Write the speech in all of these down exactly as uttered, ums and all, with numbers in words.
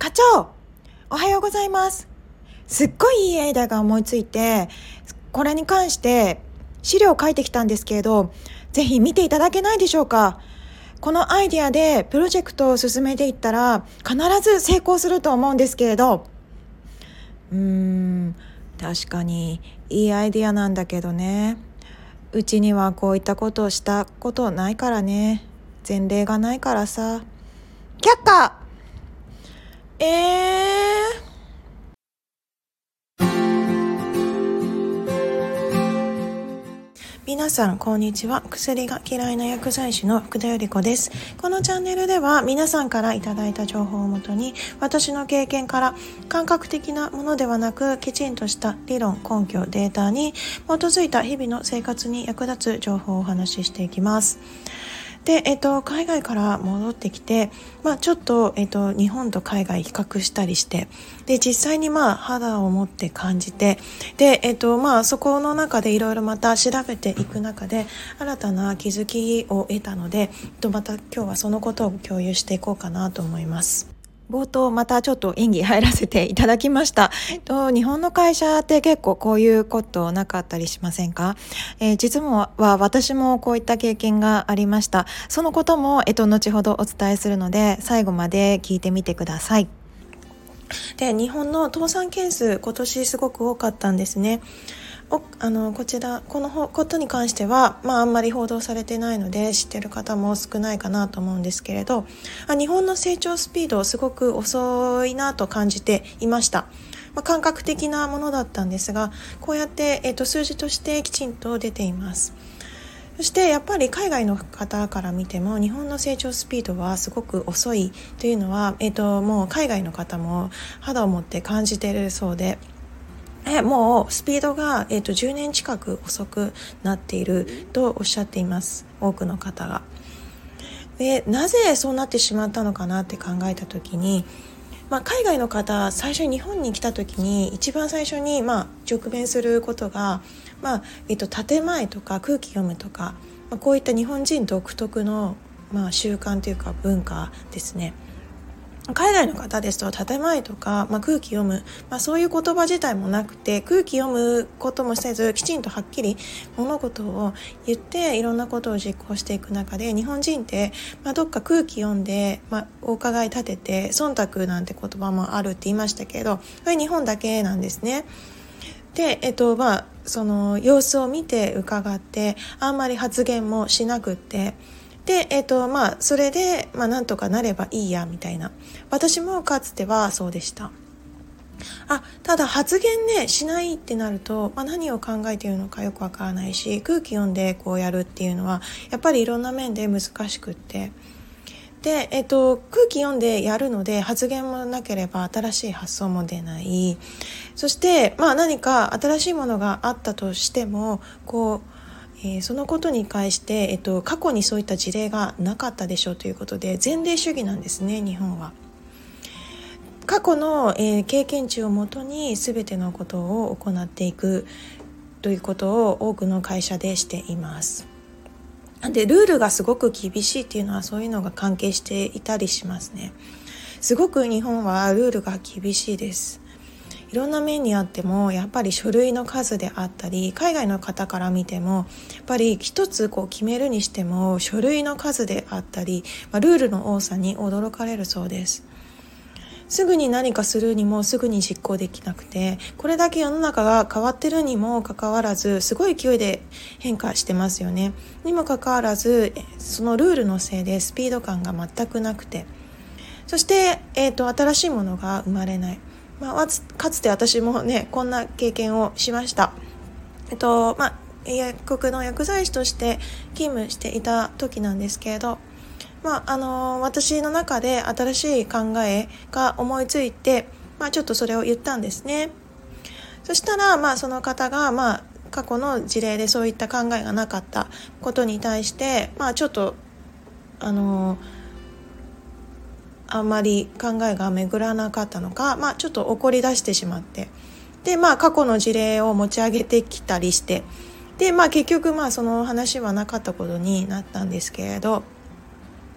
課長、おはようございます。すっごいいいアイデアが思いついて、これに関して資料を書いてきたんですけれど、ぜひ見ていただけないでしょうか。このアイデアでプロジェクトを進めていったら必ず成功すると思うんですけれど、うーん確かにいいアイデアなんだけどね、うちにはこういったことをしたことないからね、前例がないからさ。却下。えー皆さんこんにちは。薬が嫌いな薬剤師の福田由里子です。このチャンネルでは皆さんからいただいた情報をもとに、私の経験から感覚的なものではなく、きちんとした理論、根拠、データに基づいた日々の生活に役立つ情報をお話ししていきます。で、えっと、海外から戻ってきて、まあ、ちょっと、えっと、日本と海外比較したりして、で、実際にまあ、肌を持って感じて、で、えっと、まあ、そこの中でいろいろまた調べていく中で、新たな気づきを得たので、えっと、また今日はそのことを共有していこうかなと思います。冒頭またちょっと演技入らせていただきました。と日本の会社って結構こういうことなかったりしませんか？えー、実は私もこういった経験がありました。そのことも、えっと、後ほどお伝えするので最後まで聞いてみてください。で、日本の倒産件数今年すごく多かったんですね。おあのこちらこのことに関しては、まあ、あんまり報道されてないので知ってる方も少ないかなと思うんですけれど、あ日本の成長スピードすごく遅いなと感じていました。まあ、感覚的なものだったんですが、こうやって、えーと、数字としてきちんと出ています。そしてやっぱり海外の方から見ても日本の成長スピードはすごく遅いというのは、えーと、もう海外の方も肌を持って感じているそうで、えもうスピードが、えーと、じゅうねん近く遅くなっているとおっしゃっています。多くの方が。で、なぜそうなってしまったのかなって考えた時に、まあ、海外の方最初に日本に来た時に一番最初に、まあ、直面することが、まあえーと、建前とか空気読むとか、まあ、こういった日本人独特の、まあ、習慣というか文化ですね。海外の方ですと建前とか、まあ、空気読む、まあ、そういう言葉自体もなくて、空気読むこともせずきちんとはっきり物事を言っていろんなことを実行していく中で、日本人って、まあ、どっか空気読んで、まあ、お伺い立てて忖度なんて言葉もあるって言いましたけど、これ日本だけなんですね。で、えっとまあ、その様子を見て伺ってあんまり発言もしなくって、で、えーとまあ、それで、まあ、なんとかなればいいやみたいな、私もかつてはそうでした。あただ発言ねしないってなると、まあ、何を考えているのかよくわからないし、空気読んでこうやるっていうのはやっぱりいろんな面で難しくって、で、えーと、空気読んでやるので発言もなければ新しい発想も出ない。そして、まあ、何か新しいものがあったとしてもこうえー、そのことに関して、えっと、過去にそういった事例がなかったでしょうということで前例主義なんですね。日本は過去の、えー、経験値をもとに全てのことを行っていくということを多くの会社でしています。で、ルールがすごく厳しいっていうのはそういうのが関係していたりしますね。すごく日本はルールが厳しいです。いろんな面にあってもやっぱり書類の数であったり、海外の方から見てもやっぱり一つこう決めるにしても書類の数であったり、まあ、ルールの多さに驚かれるそうです。すぐに何かするにもすぐに実行できなくて、これだけ世の中が変わってるにもかかわらずすごい勢いで変化してますよね。にもかかわらずそのルールのせいでスピード感が全くなくて、そして、えーと、新しいものが生まれない。まあ、かつて私もねこんな経験をしました。えっとまあ薬局の薬剤師として勤務していた時なんですけれど、まああの私の中で新しい考えが思いついて、まあ、ちょっとそれを言ったんですね。そしたら、まあ、その方が、まあ、過去の事例でそういった考えがなかったことに対して、まあ、ちょっとあのあんまり考えが巡らなかったのか、まあ、ちょっと怒り出してしまって、で、まあ、過去の事例を持ち上げてきたりして、で、まあ、結局まあその話はなかったことになったんですけれど、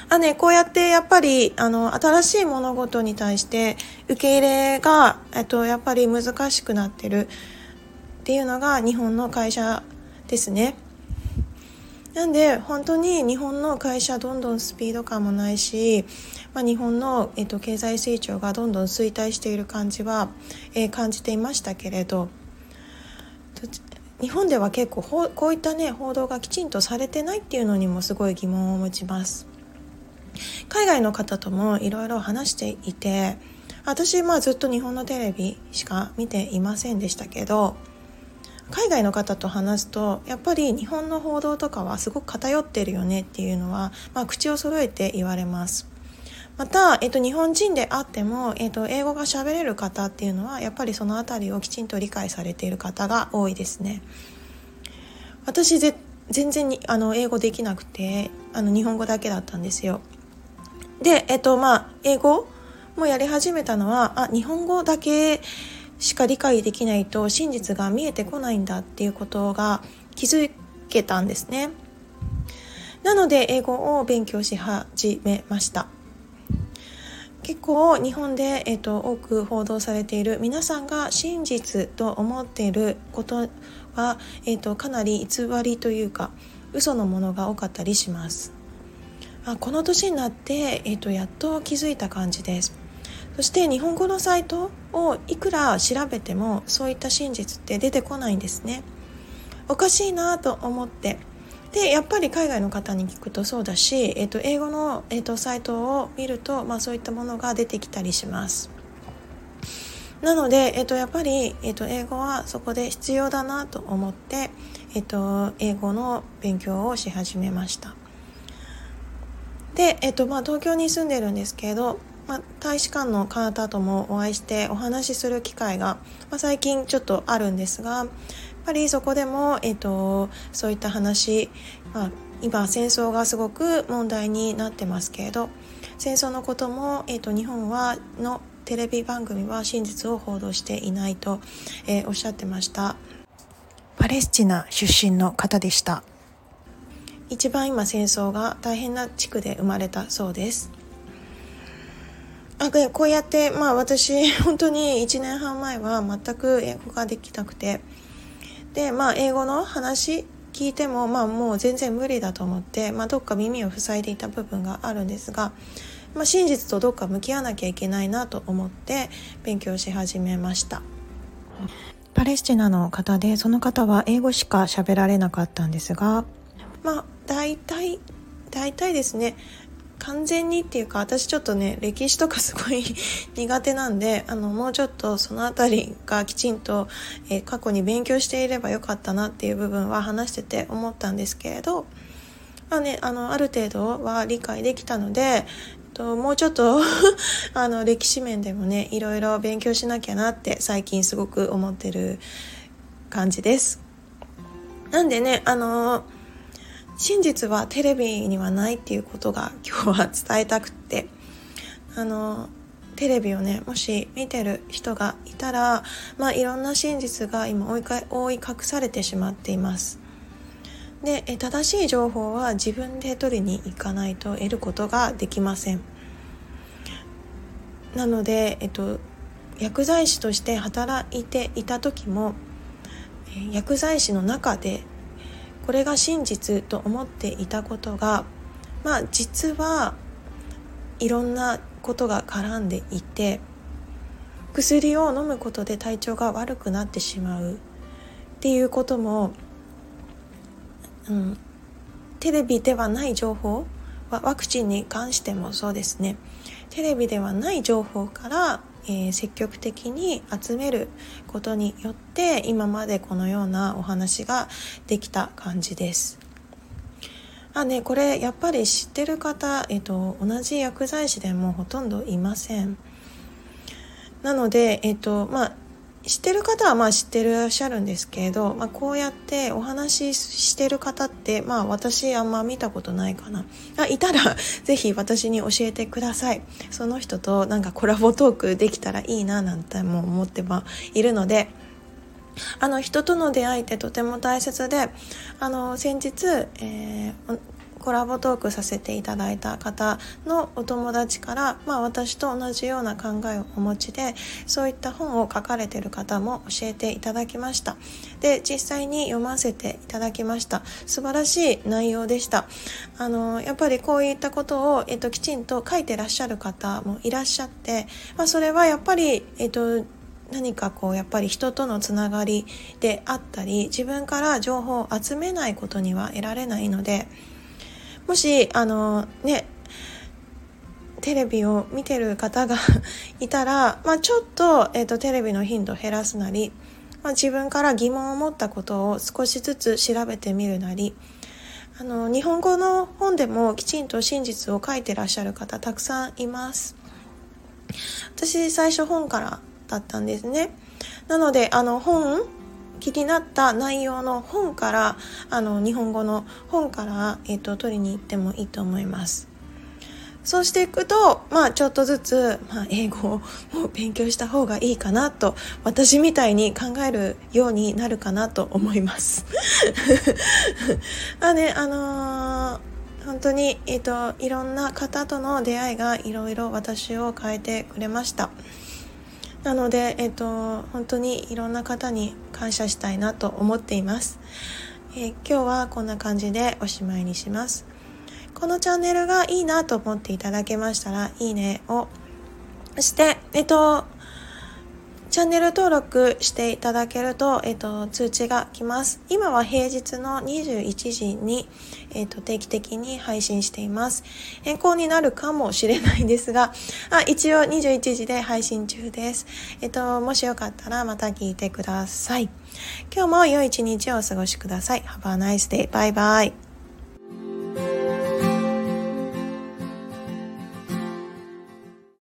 あね、こうやってやっぱりあの新しい物事に対して受け入れが、えっと、やっぱり難しくなってるっていうのが日本の会社ですね。なんで本当に日本の会社どんどんスピード感もないし、まあ、日本の、えっと、経済成長がどんどん衰退している感じは、えー、感じていましたけれど、日本では結構こういったね報道がきちんとされてないっていうのにもすごい疑問を持ちます。海外の方ともいろいろ話していて、私まあずっと日本のテレビしか見ていませんでしたけど、海外の方と話すとやっぱり日本の報道とかはすごく偏ってるよねっていうのは、まあ、口を揃えて言われます。また、えっと、日本人であっても、えっと、英語が喋れる方っていうのはやっぱりそのあたりをきちんと理解されている方が多いですね。私ぜ全然にあの英語できなくて、あの日本語だけだったんですよ。で、えっとまあ英語もやり始めたのは、あ、日本語だけしか理解できないと真実が見えてこないんだっていうことが気づけたんですね。なので英語を勉強し始めました。結構日本で、えっと、多く報道されている皆さんが真実と思っていることは、えっと、かなり偽りというか嘘のものが多かったりします。あ、この年になって、えっと、やっと気づいた感じです。そして日本語のサイトをいくら調べてもそういった真実って出てこないんですね。おかしいなと思って、でやっぱり海外の方に聞くとそうだし、えっと、英語の、えっと、サイトを見ると、まあ、そういったものが出てきたりします。なので、えっと、やっぱり、えっと、英語はそこで必要だなと思って、えっと、英語の勉強をし始めました。で、えっとまあ、東京に住んでるんですけど、まあ、大使館の方ともお会いしてお話しする機会が、まあ、最近ちょっとあるんですが、やっぱりそこでも、えっと、そういった話、まあ、今戦争がすごく問題になってますけれど、戦争のことも、えっと、日本はのテレビ番組は真実を報道していないと、えー、おっしゃってました。パレスチナ出身の方でした。一番今戦争が大変な地区で生まれたそうです。あ、こうやって、まあ、私本当にいちねんはん前は全く英語ができなくて、で、まあ、英語の話聞いても、まあ、もう全然無理だと思って、まあ、どっか耳を塞いでいた部分があるんですが、まあ、真実とどっか向き合わなきゃいけないなと思って勉強し始めました。パレスチナの方で、その方は英語しか喋られなかったんですが、まあ大体大体ですね、完全にっていうか、私ちょっとね歴史とかすごい苦手なんで、あのもうちょっとそのあたりがきちんと、えー、過去に勉強していればよかったなっていう部分は話してて思ったんですけれど、まあね、あのある程度は理解できたので、えっと、もうちょっとあの歴史面でもねいろいろ勉強しなきゃなって最近すごく思ってる感じです。なんでね、あの真実はテレビにはないっていうことが今日は伝えたくて、あのテレビをねもし見てる人がいたら、まあいろんな真実が今覆いか覆い隠されてしまっています。で、え正しい情報は自分で取りに行かないと得ることができません。なので、えっと、薬剤師として働いていた時も、薬剤師の中でこれが真実と思っていたことが、まあ実はいろんなことが絡んでいて、薬を飲むことで体調が悪くなってしまうっていうことも、うん、テレビではない情報は、ワクチンに関してもそうですね、テレビではない情報からえー、積極的に集めることによって今までこのようなお話ができた感じです。あ、ね、これやっぱり知ってる方、えーと、同じ薬剤師でもほとんどいません。なので、えーとまあ、知ってる方はまあ知ってらっしゃるんですけれど、まあ、こうやってお話ししてる方って、まあ、私あんま見たことないかな。あ、いたらぜひ私に教えてください。その人となんかコラボトークできたらいいななんても思ってはいるので、あの人との出会いってとても大切で、あの先日、えーコラボトークさせていただいた方のお友達から、まあ、私と同じような考えをお持ちで、そういった本を書かれている方も教えていただきました。で、実際に読ませていただきました。素晴らしい内容でした。あのやっぱりこういったことを、えっと、きちんと書いてらっしゃる方もいらっしゃって、まあ、それはやっぱり、えっと何かこうやっぱり人とのつながりであったり、自分から情報を集めないことには得られないので、もしあのねテレビを見てる方がいたら、まあ、ちょっと、えーと、テレビの頻度を減らすなり、まあ、自分から疑問を持ったことを少しずつ調べてみるなり、あの日本語の本でもきちんと真実を書いてらっしゃる方たくさんいます。私最初本からだったんですね。なのであの本気になった内容の本からあの日本語の本から、えーと、取りに行ってもいいと思います。そうしていくと、まあちょっとずつ、まあ、英語を勉強した方がいいかなと、私みたいに考えるようになるかなと思いますあね、あのー本当に、えーと、いろんな方との出会いがいろいろ私を変えてくれました。なので、えっと、本当にいろんな方に感謝したいなと思っています。えー、今日はこんな感じでおしまいにします。このチャンネルがいいなと思っていただけましたら、いいねをして、えっと、チャンネル登録していただけると、えっと、通知が来ます。今は平日のにじゅういちじに、えっと、定期的に配信しています。変更になるかもしれないんですが、あ、一応にじゅういちじで配信中です。えっと、もしよかったらまた聞いてください。今日も良い一日をお過ごしください。Have a nice day. バイバイ。